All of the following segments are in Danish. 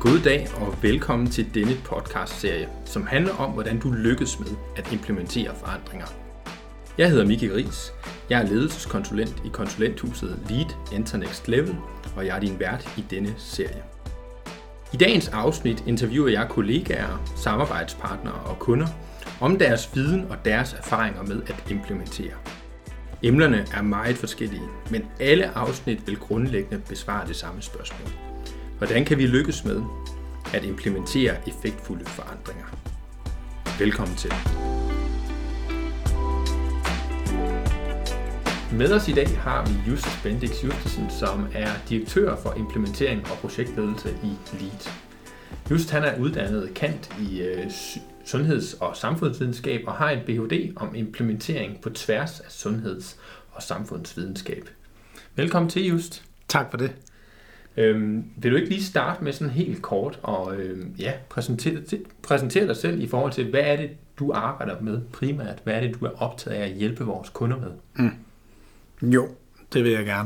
God dag og velkommen til denne podcast-serie, som handler om, hvordan du lykkes med at implementere forandringer. Jeg hedder Michael Ries, jeg er ledelseskonsulent i konsulenthuset Lead Enter Next Level, og jeg er din vært i denne serie. I dagens afsnit interviewer jeg kollegaer, samarbejdspartnere og kunder om deres viden og deres erfaringer med at implementere. Emnerne er meget forskellige, men alle afsnit vil grundlæggende besvare det samme spørgsmål. Hvordan kan vi lykkes med at implementere effektfulde forandringer? Velkommen til. Med os i dag har vi Just Bendix Justesen, som er direktør for implementering og projektledelse i Lead. Just han er uddannet cand. i sundheds- og samfundsvidenskab og har en Ph.D. om implementering på tværs af sundheds- og samfundsvidenskab. Velkommen til, Just. Tak for det. Vil du ikke lige starte med sådan helt kort og præsentere dig selv i forhold til, hvad er det, du arbejder med primært? Hvad er det, du er optaget af at hjælpe vores kunder med? Jo, det vil jeg gerne.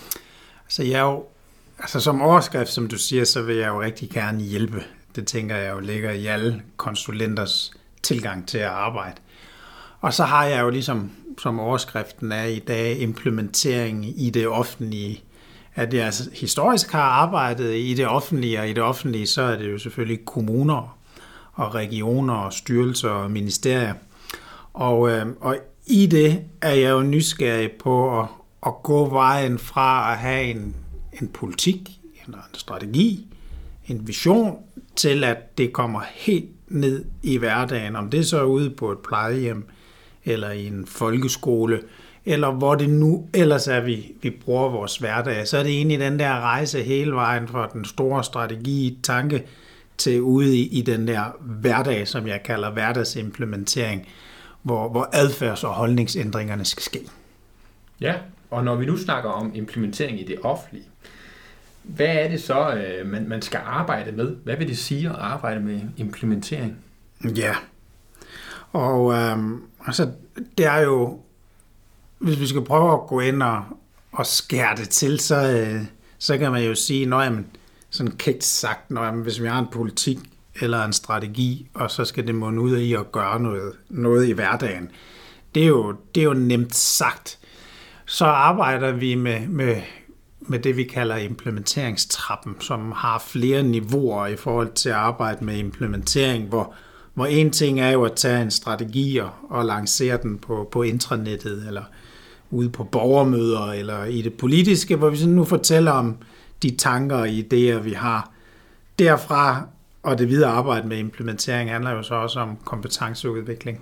Som overskrift, som du siger, så vil jeg jo rigtig gerne hjælpe. Det tænker jeg jo ligger i alle konsulenters tilgang til at arbejde. Og så har jeg jo ligesom, som overskriften er i dag, implementering i det offentlige. At jeg historisk har arbejdet i det offentlige, og i det offentlige, så er det jo selvfølgelig kommuner og regioner og styrelser og ministerier. Og i det er jeg jo nysgerrig på at gå vejen fra at have en politik, en strategi, en vision, til at det kommer helt ned i hverdagen. Om det så er ude på et plejehjem, eller i en folkeskole, eller hvor det nu ellers er, vi bruger vores hverdag, så er det egentlig den der rejse hele vejen fra den store strategi, tanke, til ude i den der hverdag, som jeg kalder hverdagsimplementering, hvor adfærds- og holdningsændringerne skal ske. Ja, og når vi nu snakker om implementering i det offentlige, hvad er det så, man skal arbejde med? Hvad vil det sige at arbejde med implementering? Ja, og det er jo, hvis vi skal prøve at gå ind og skære det til, så kan man jo sige, sådan kægt sagt, hvis vi har en politik eller en strategi, og så skal det munde ud i at gøre noget i hverdagen. Det er jo nemt sagt. Så arbejder vi med det, vi kalder implementeringstrappen, som har flere niveauer i forhold til at arbejde med implementering, hvor en ting er jo at tage en strategi og lancere den på intranettet, eller ude på borgermøder, eller i det politiske, hvor vi så nu fortæller om de tanker og idéer, vi har. Derfra, og det videre arbejde med implementering, handler jo så også om kompetenceudvikling.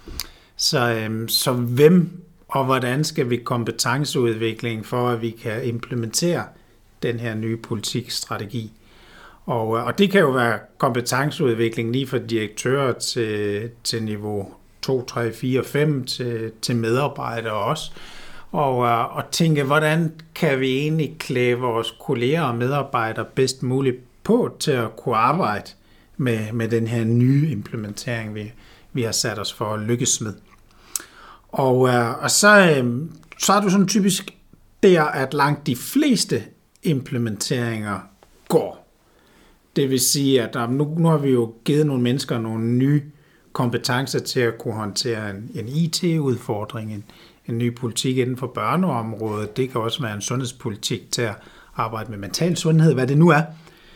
Så hvem og hvordan skal vi kompetenceudvikling for, at vi kan implementere den her nye politikstrategi? Og det kan jo være kompetenceudvikling lige fra direktører til niveau 2, 3, 4, 5 til medarbejdere også. Og tænke, hvordan kan vi egentlig klæde vores kolleger og medarbejdere bedst muligt på til at kunne arbejde med den her nye implementering, vi har sat os for at lykkes med. Og så er du sådan typisk der, at langt de fleste implementeringer går. Det vil sige, at nu har vi jo givet nogle mennesker nogle nye kompetencer til at kunne håndtere en IT-udfordring, en ny politik inden for børneområdet. Det kan også være en sundhedspolitik til at arbejde med mental sundhed, hvad det nu er.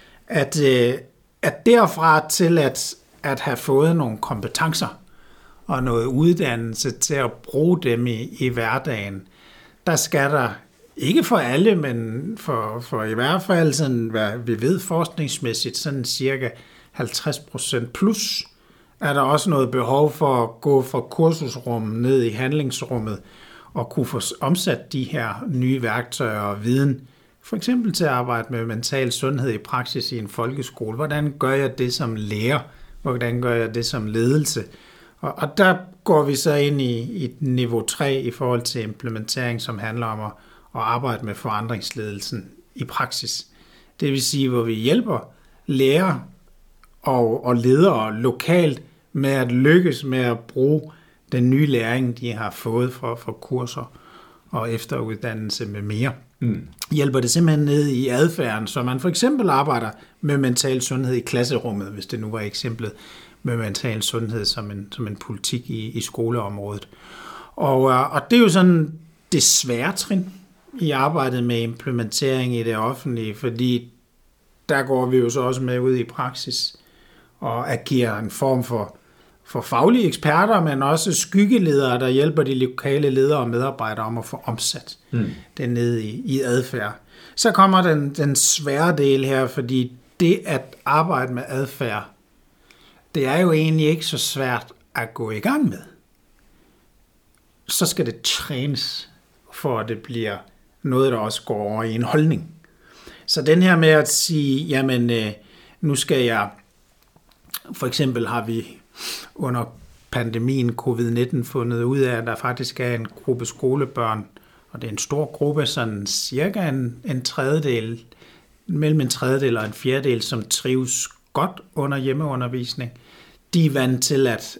At derfra til at have fået nogle kompetencer og noget uddannelse til at bruge dem i hverdagen, der skal der, ikke for alle, men for i hvert fald, sådan, hvad vi ved forskningsmæssigt, sådan cirka 50% plus, er der også noget behov for at gå fra kursusrummet ned i handlingsrummet og kunne få omsat de her nye værktøjer og viden, for eksempel til at arbejde med mental sundhed i praksis i en folkeskole. Hvordan gør jeg det som lærer? Hvordan gør jeg det som ledelse? Og der går vi så ind i niveau 3 i forhold til implementering, som handler om at arbejde med forandringsledelsen i praksis. Det vil sige, hvor vi hjælper lærere og ledere lokalt med at lykkes med at bruge den nye læring, de har fået fra kurser og efteruddannelse med mere. Hjælper det simpelthen ned i adfærden, så man for eksempel arbejder med mental sundhed i klasserummet, hvis det nu var eksemplet med mental sundhed som en politik i skoleområdet. Og det er jo sådan det svære trin i arbejdet med implementering i det offentlige, fordi der går vi jo så også med ud i praksis og agerer en form for faglige eksperter, men også skyggeledere, der hjælper de lokale ledere og medarbejdere om at få omsat det ned i adfærd. Så kommer den svære del her, fordi det at arbejde med adfærd, det er jo egentlig ikke så svært at gå i gang med. Så skal det trænes, for at det bliver noget, der også går over i en holdning. Så den her med at sige, jamen nu skal jeg, for eksempel har vi under pandemien covid-19 fundet ud af, at der faktisk er en gruppe skolebørn, og det er en stor gruppe, sådan cirka en tredjedel, mellem en tredjedel og en fjerdedel, som trives godt under hjemmeundervisning. De er vant til, at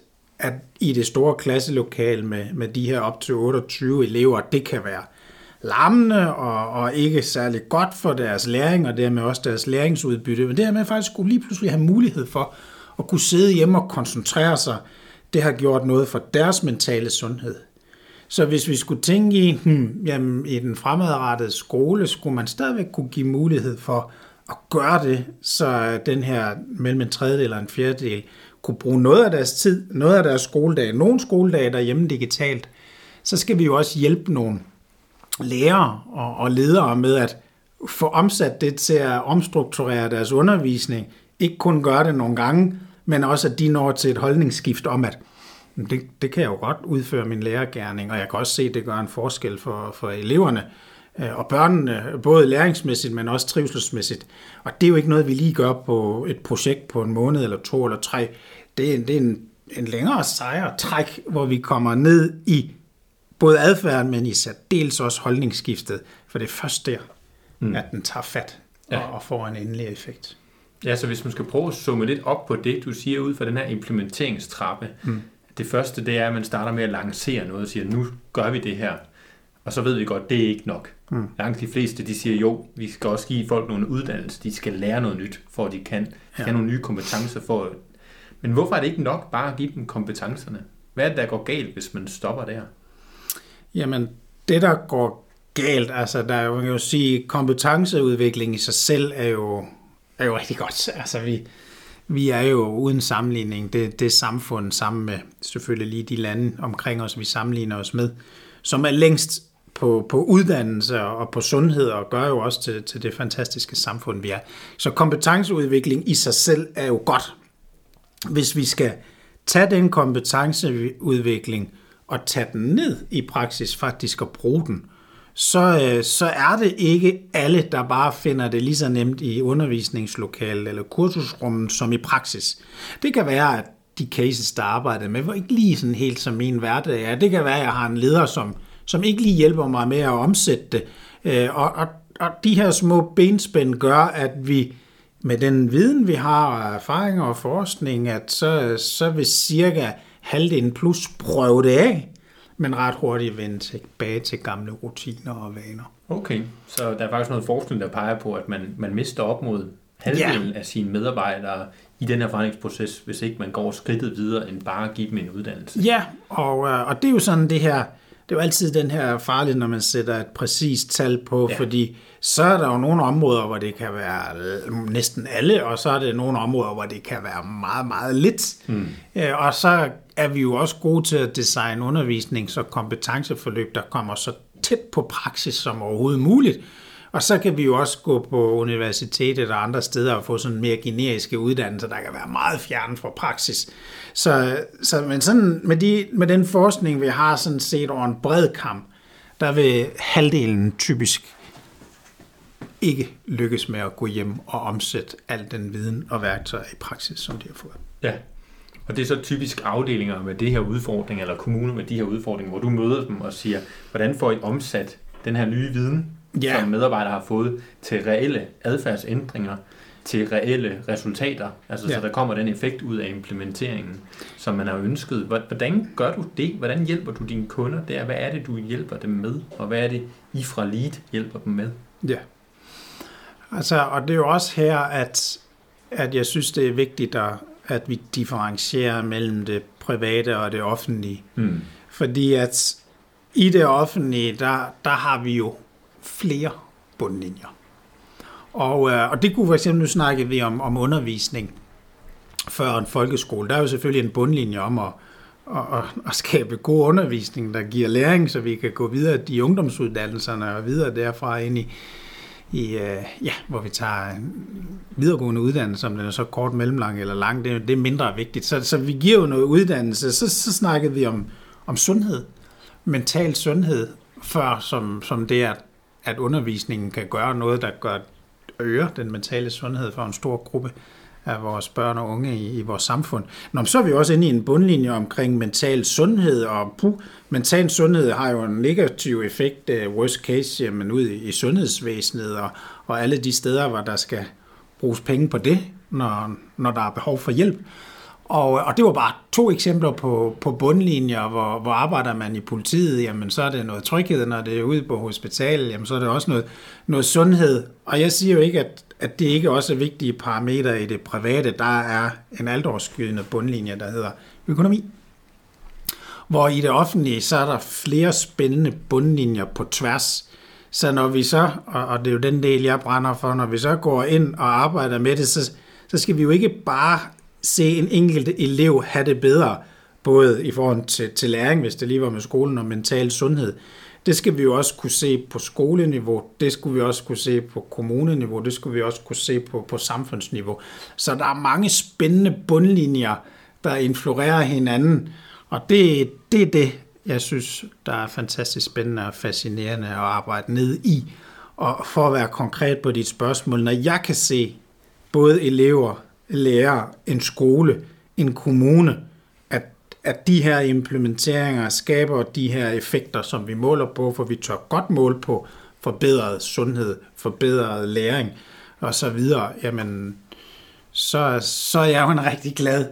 i det store klasselokale med de her op til 28 elever, det kan være larmende og ikke særlig godt for deres læring, og dermed også deres læringsudbytte. Men dermed faktisk skulle lige pludselig have mulighed for at kunne sidde hjemme og koncentrere sig. Det har gjort noget for deres mentale sundhed. Så hvis vi skulle tænke i den fremadrettede skole, skulle man stadigvæk kunne give mulighed for at gøre det, så den her mellem en tredjedel og en fjerdedel kunne bruge noget af deres tid, noget af deres skoledag, nogle skoledage derhjemme digitalt, så skal vi jo også hjælpe nogle lærere og ledere med at få omsat det til at omstrukturere deres undervisning. Ikke kun gøre det nogle gange, men også at de når til et holdningsskift om, at det kan jeg jo godt udføre min lærergerning, og jeg kan også se, at det gør en forskel for eleverne og børnene, både læringsmæssigt, men også trivselsmæssigt. Og det er jo ikke noget, vi lige gør på et projekt på en måned eller 2 eller 3. Det er en længere sejr træk, hvor vi kommer ned i både adfærden, men i særdeles også holdningsskiftet, for det er først der, at den tager fat og får en endelig effekt. Ja, så hvis man skal prøve at summe lidt op på det, du siger ud fra den her implementeringstrappe, det første, det er, at man starter med at lancere noget og siger, nu gør vi det her, og så ved vi godt, det er ikke nok. Langt de fleste, de siger, jo, vi skal også give folk nogle uddannelser, de skal lære noget nyt, for at de kan have nogle nye kompetencer for. Men hvorfor er det ikke nok bare at give dem kompetencerne? Hvad er det, der går galt, hvis man stopper der? Jamen, det der går galt, altså der er jo, man kan jo sige, kompetenceudvikling i sig selv er jo rigtig godt. Altså vi er jo uden sammenligning det samfund sammen med selvfølgelig lige de lande omkring os, vi sammenligner os med, som er længst på uddannelse og på sundhed, og gør jo også til det fantastiske samfund, vi er. Så kompetenceudvikling i sig selv er jo godt. Hvis vi skal tage den kompetenceudvikling og tage den ned i praksis, faktisk at bruge den, så er det ikke alle, der bare finder det lige så nemt i undervisningslokalet eller kursusrummet som i praksis. Det kan være, at de cases, der arbejder med, var ikke lige sådan helt som min hverdag er. Det kan være, at jeg har en leder, som ikke lige hjælper mig med at omsætte det. Og de her små benspænd gør, at vi med den viden, vi har, og erfaringer og forskning, at så vil cirka halvdelen plus prøve det af, men ret hurtigt vende tilbage til gamle rutiner og vaner. Okay, så der er faktisk noget forskning, der peger på, at man mister op mod halvdelen af sine medarbejdere i den her forhandlingsproces, hvis ikke man går skridtet videre, end bare at give dem en uddannelse. Ja, og det er jo sådan det her, det er jo altid den her farligt, når man sætter et præcist tal på, fordi så er der jo nogle områder, hvor det kan være næsten alle, og så er det nogle områder, hvor det kan være meget, meget lidt. Og så er vi jo også gode til at designe undervisnings- og kompetenceforløb, der kommer så tæt på praksis som overhovedet muligt. Og så kan vi jo også gå på universitetet og andre steder og få sådan mere generiske uddannelser, der kan være meget fjerne fra praksis. Men sådan med den forskning, vi har sådan set over en bred kamp, der vil halvdelen typisk ikke lykkes med at gå hjem og omsætte al den viden og værktøjer i praksis, som de har fået. Ja, og det er så typisk afdelinger med de her udfordringer, eller kommuner med de her udfordringer, hvor du møder dem og siger, hvordan får I omsat den her nye viden, som medarbejdere har fået til reelle adfærdsændringer. til reelle resultater, altså så der kommer den effekt ud af implementeringen, som man har ønsket. Hvordan gør du det? Hvordan hjælper du dine kunder der? Hvad er det, du hjælper dem med? Og hvad er det, I fra Lead hjælper dem med? Ja, altså, og det er jo også her, at jeg synes, det er vigtigt, at vi differentierer mellem det private og det offentlige. Fordi at i det offentlige, der har vi jo flere bundlinjer. Og det kunne for eksempel, nu snakkede vi om undervisning før en folkeskole. Der er jo selvfølgelig en bundlinje om at skabe god undervisning, der giver læring, så vi kan gå videre i ungdomsuddannelserne og videre derfra ind hvor vi tager en videregående uddannelse, om den er så kort, mellemlang eller lang, det er mindre vigtigt. Så vi giver jo noget uddannelse. Så snakkede vi om sundhed, mental sundhed, før som det, at undervisningen kan gøre noget, der øger den mentale sundhed for en stor gruppe af vores børn og unge i vores samfund. Så er vi også inde i en bundlinje omkring mental sundhed, og mental sundhed har jo en negativ effekt, worst case, jamen ud i sundhedsvæsenet, og alle de steder, hvor der skal bruges penge på det, når der er behov for hjælp. Og det var bare 2 eksempler på bundlinjer, hvor arbejder man i politiet, jamen så er det noget tryghed, når det er ude på hospitalet, jamen så er det også noget sundhed. Og jeg siger jo ikke, at det ikke også er vigtige parametre i det private. Der er en altoverskydende bundlinje, der hedder økonomi. Hvor i det offentlige, så er der flere spændende bundlinjer på tværs. Så når vi så, og det er jo den del, jeg brænder for, når vi så går ind og arbejder med det, så skal vi jo ikke bare se en enkelt elev have det bedre, både i forhold til læring, hvis det lige var med skolen, og mental sundhed. Det skal vi jo også kunne se på skoleniveau, det skulle vi også kunne se på kommuneniveau, det skulle vi også kunne se på samfundsniveau. Så der er mange spændende bundlinjer, der influerer hinanden, og det er det, jeg synes, der er fantastisk spændende og fascinerende at arbejde ned i. Og for at være konkret på dit spørgsmål, når jeg kan se både elever, lærere, en skole, en kommune, at de her implementeringer skaber de her effekter, som vi måler på, for vi tør godt måle på forbedret sundhed, forbedret læring og så videre, jamen så er jeg jo en rigtig glad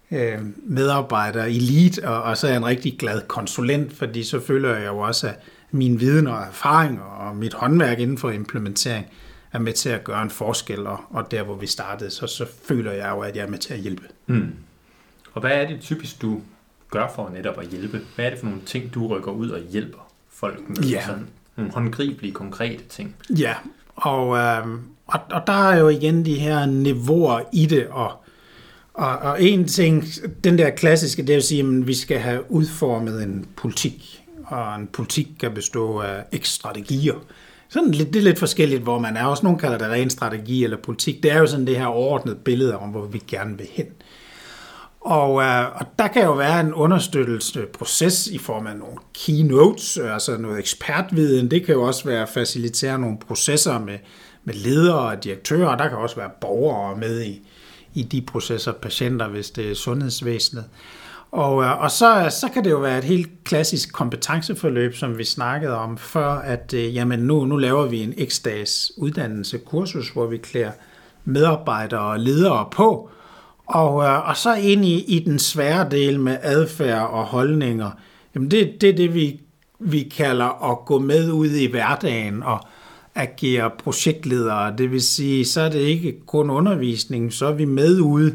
medarbejder i Lead, og så er jeg en rigtig glad konsulent, fordi så føler jeg jo også, at min viden og erfaring og mit håndværk inden for implementering er med til at gøre en forskel, og der hvor vi startede, så føler jeg jo, at jeg er med til at hjælpe. Og hvad er det typisk, du gør for netop at hjælpe? Hvad er det for nogle ting, du rykker ud og hjælper folk med? Ja. Sådan nogle håndgribelige, konkrete ting. Ja, og der er jo igen de her niveauer i det, og en ting, den der klassiske, det er at sige, at vi skal have udformet en politik, og en politik kan bestå af x strategier. Sådan det er lidt forskelligt, hvor man er. Også nogen kalder det ren strategi eller politik. Det er jo sådan det her overordnede billede om, hvor vi gerne vil hen. Og der kan jo være en understøttelse proces i form af nogle keynotes, altså noget ekspertviden. Det kan jo også være at facilitere nogle processer med ledere og direktører. Der kan også være borgere med i de processer, patienter, hvis det er sundhedsvæsenet. Og så kan det jo være et helt klassisk kompetenceforløb, som vi snakkede om før, at jamen nu laver vi en x-dags uddannelse, kursus, hvor vi klæder medarbejdere og ledere på, og så ind i den svære del med adfærd og holdninger. Jamen det er det, vi kalder at gå med ud i hverdagen og agere projektledere. Det vil sige, så er det ikke kun undervisning, så er vi med ude.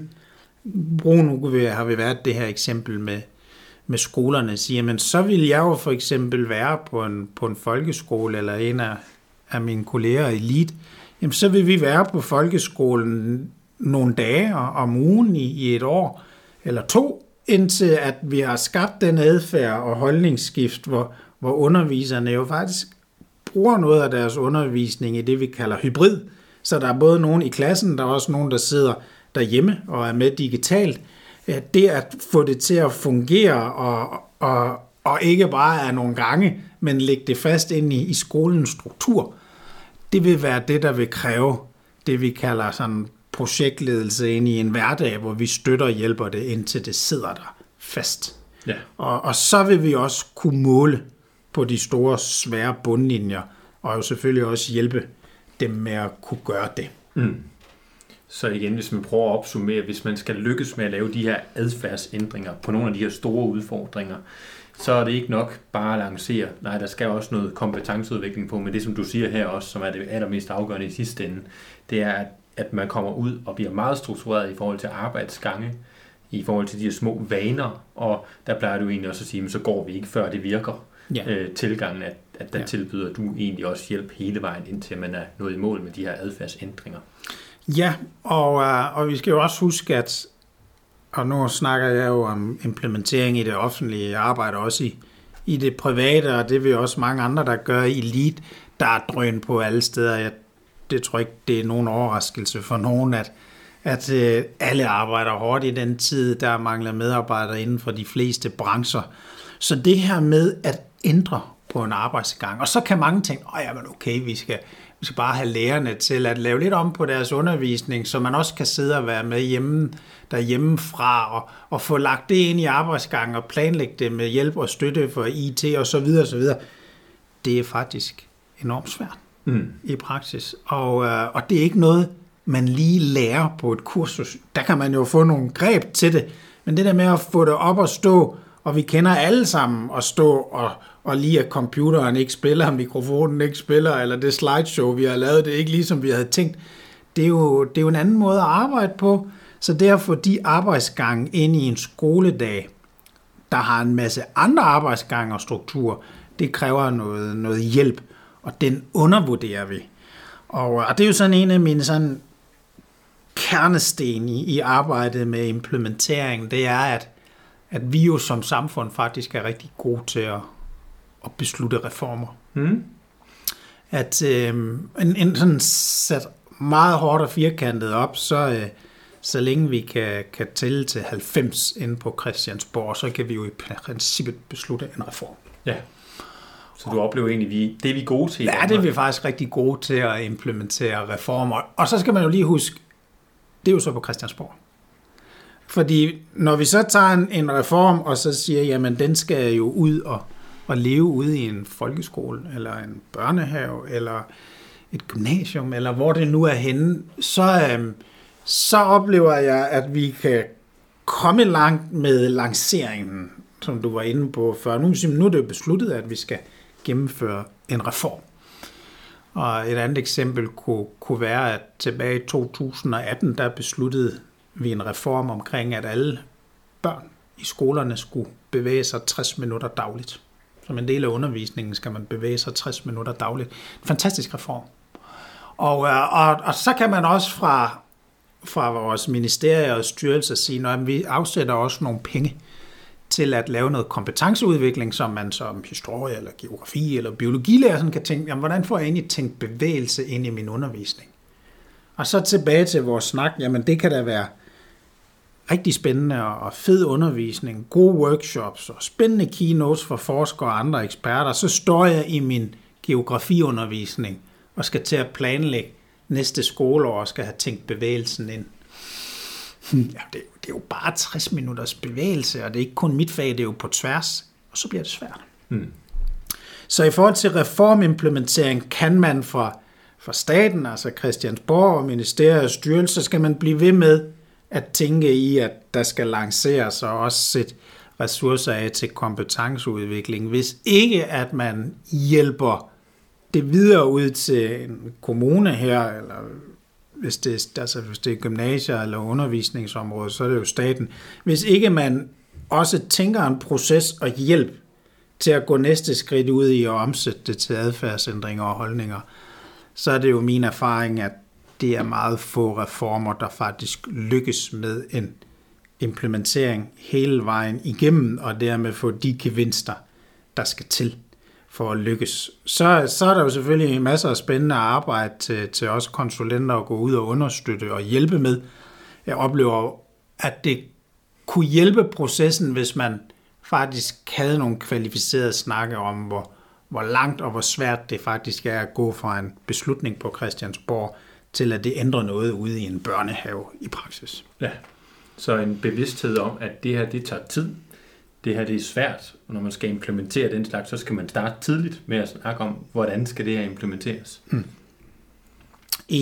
Nu har vi været det her eksempel med skolerne, siger, men så vil jeg jo for eksempel være på en folkeskole, eller en af mine kolleger i Lead, jamen så vil vi være på folkeskolen nogle dage om ugen i et år eller 2, indtil at vi har skabt den adfærd og holdningsskift, hvor underviserne jo faktisk bruger noget af deres undervisning i det, vi kalder hybrid. Så der er både nogen i klassen, der er også nogen, der sidder derhjemme og er med digitalt. Det at få det til at fungere og ikke bare af nogle gange, men lægge det fast ind i skolens struktur, det vil være det, der vil kræve det, vi kalder sådan projektledelse ind i en hverdag, hvor vi støtter og hjælper det, indtil det sidder der fast. Ja. Og så vil vi også kunne måle på de store, svære bundlinjer, og jo selvfølgelig også hjælpe dem med at kunne gøre det. Så igen, hvis man prøver at opsummere, hvis man skal lykkes med at lave de her adfærdsændringer på nogle af de her store udfordringer, så er det ikke nok bare at lancere. Nej, der skal også noget kompetenceudvikling på, men det som du siger her også, som er det allermest afgørende i sidste ende, det er, at man kommer ud og bliver meget struktureret i forhold til arbejdsgange, i forhold til de her små vaner, og der plejer du egentlig også at sige, så går vi ikke før det virker. Tilgangen, at der tilbyder du egentlig også hjælp hele vejen indtil man er nået i mål med de her adfærdsændringer. Ja, og vi skal jo også huske, at, og nu snakker jeg jo om implementering i det offentlige arbejde, også i det private, og det vil også mange andre, der gør i Lead, der er drøn på alle steder. Det tror ikke, det er nogen overraskelse for nogen, at alle arbejder hårdt i den tid, der mangler medarbejdere inden for de fleste brancher. Så det her med at ændre på en arbejdsgang, og så kan mange tænke, okay, vi skal bare have lærerne til at lave lidt om på deres undervisning, så man også kan sidde og være med derhjemmefra og få lagt det ind i arbejdsgangen og planlægge det med hjælp og støtte for IT og så videre, så videre. Det er faktisk enormt svært i praksis, og det er ikke noget, man lige lærer på et kursus. Der kan man jo få nogle greb til det, men det der med at få det op og stå, og vi kender alle sammen at stå og lige at computeren ikke spiller, mikrofonen ikke spiller, eller det slideshow, vi har lavet, det er ikke ligesom vi havde tænkt. Det er jo en anden måde at arbejde på, så derfor de arbejdsgange ind i en skoledag, der har en masse andre arbejdsgange og strukturer, det kræver noget hjælp, og den undervurderer vi. Og det er jo sådan en af mine sådan kernesten i arbejdet med implementering, det er, at vi jo som samfund faktisk er rigtig gode til at beslutte reformer. At en sådan sat meget hårdt og firkantet op, så længe vi kan tælle til 90 inde på Christiansborg, så kan vi jo i princippet beslutte en reform. Ja. Så du oplever egentlig, det er vi gode til? Ja, det er vi faktisk rigtig gode til at implementere reformer. Og så skal man jo lige huske, det er jo så på Christiansborg. Fordi når vi så tager en reform, og så siger, jamen den skal jo ud og leve ude i en folkeskole, eller en børnehave, eller et gymnasium, eller hvor det nu er henne, så oplever jeg, at vi kan komme langt med lanceringen, som du var inde på før. Nu er det jo besluttet, at vi skal gennemføre en reform. Og et andet eksempel kunne være, at tilbage i 2018, der besluttede vi en reform omkring, at alle børn i skolerne skulle bevæge sig 60 minutter dagligt. Som en del af undervisningen skal man bevæge sig 60 minutter dagligt. En fantastisk reform. Og så kan man også fra vores ministerier og styrelser sige, at vi afsætter også nogle penge til at lave noget kompetenceudvikling, som man som historie eller geografi eller biologilærer sådan kan tænke, jamen, hvordan får jeg egentlig tænkt bevægelse ind i min undervisning? Og så tilbage til vores snak, jamen det kan da være rigtig spændende og fed undervisning, gode workshops og spændende keynotes for forskere og andre eksperter. Så står jeg i min geografiundervisning og skal til at planlægge næste skoleår og skal have tænkt bevægelsen ind. Ja, det er jo bare 60 minutters bevægelse, og det er ikke kun mit fag, det er jo på tværs, og så bliver det svært. Så i forhold til reformimplementering kan man fra staten, altså Christiansborg og ministerier og styrelser, skal man blive ved med at tænke i, at der skal lanceres og også sætte ressourcer af til kompetenceudvikling. Hvis ikke at man hjælper det videre ud til en kommune her, eller hvis det er gymnasier eller undervisningsområde, så er det jo staten. Hvis ikke man også tænker en proces og hjælp til at gå næste skridt ud i at omsætte det til adfærdsændringer og holdninger, så er det jo min erfaring, at det er meget få reformer, der faktisk lykkes med en implementering hele vejen igennem, og dermed få de gevinster, der skal til for at lykkes. Så er der jo selvfølgelig masser af spændende arbejde til os konsulenter at gå ud og understøtte og hjælpe med. Jeg oplever, at det kunne hjælpe processen, hvis man faktisk havde nogle kvalificerede snakke om, hvor langt og hvor svært det faktisk er at gå fra en beslutning på Christiansborg til at det ændrer noget ude i en børnehave i praksis. Ja, så en bevidsthed om, at det her, det tager tid. Det her, det er svært, og når man skal implementere den slags, så skal man starte tidligt med at snakke om, hvordan skal det her implementeres. Enig.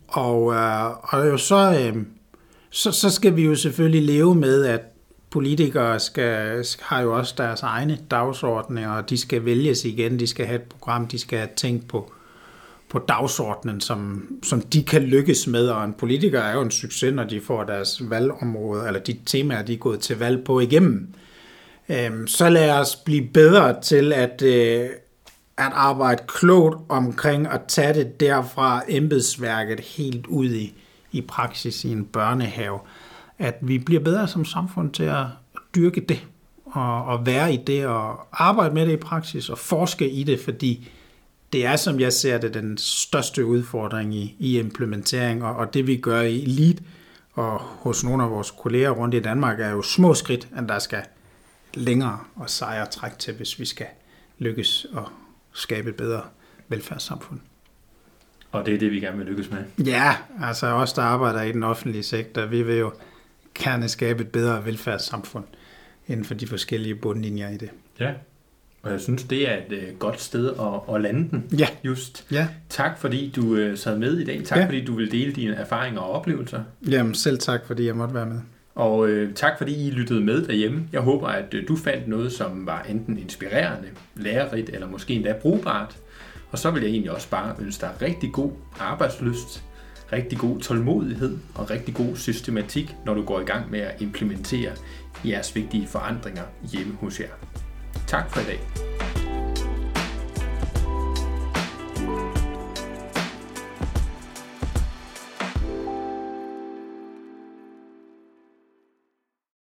Og jo så skal vi jo selvfølgelig leve med, at politikere har jo også deres egne dagsordner, og de skal vælges igen, de skal have et program, de skal have tænkt på dagsordenen, som de kan lykkes med, og en politiker er jo en succes, når de får deres valgområde, eller de temaer, de er gået til valg på igennem. Så lad os blive bedre til at arbejde klogt omkring at tage det derfra embedsværket helt ud i praksis i en børnehave. At vi bliver bedre som samfund til at dyrke det, og være i det, og arbejde med det i praksis, og forske i det, fordi det er, som jeg ser det, den største udfordring i implementering, og det vi gør i LEAD, og hos nogle af vores kolleger rundt i Danmark, er jo små skridt, at der skal længere og sejre træk til, hvis vi skal lykkes og skabe et bedre velfærdssamfund. Og det er det, vi gerne vil lykkes med? Ja, altså os, der arbejder i den offentlige sektor, vi vil jo gerne skabe et bedre velfærdssamfund inden for de forskellige bundlinjer i det. Ja, og jeg synes, det er et godt sted at lande den. Ja. Just. Ja. Tak, fordi du sad med i dag. Tak, fordi du vil dele dine erfaringer og oplevelser. Jamen, selv tak, fordi jeg måtte være med. Og tak, fordi I lyttede med derhjemme. Jeg håber, at du fandt noget, som var enten inspirerende, lærerigt eller måske endda brugbart. Og så vil jeg egentlig også bare ønske dig rigtig god arbejdslyst, rigtig god tålmodighed og rigtig god systematik, når du går i gang med at implementere jeres vigtige forandringer hjemme hos jer. Tak for i dag.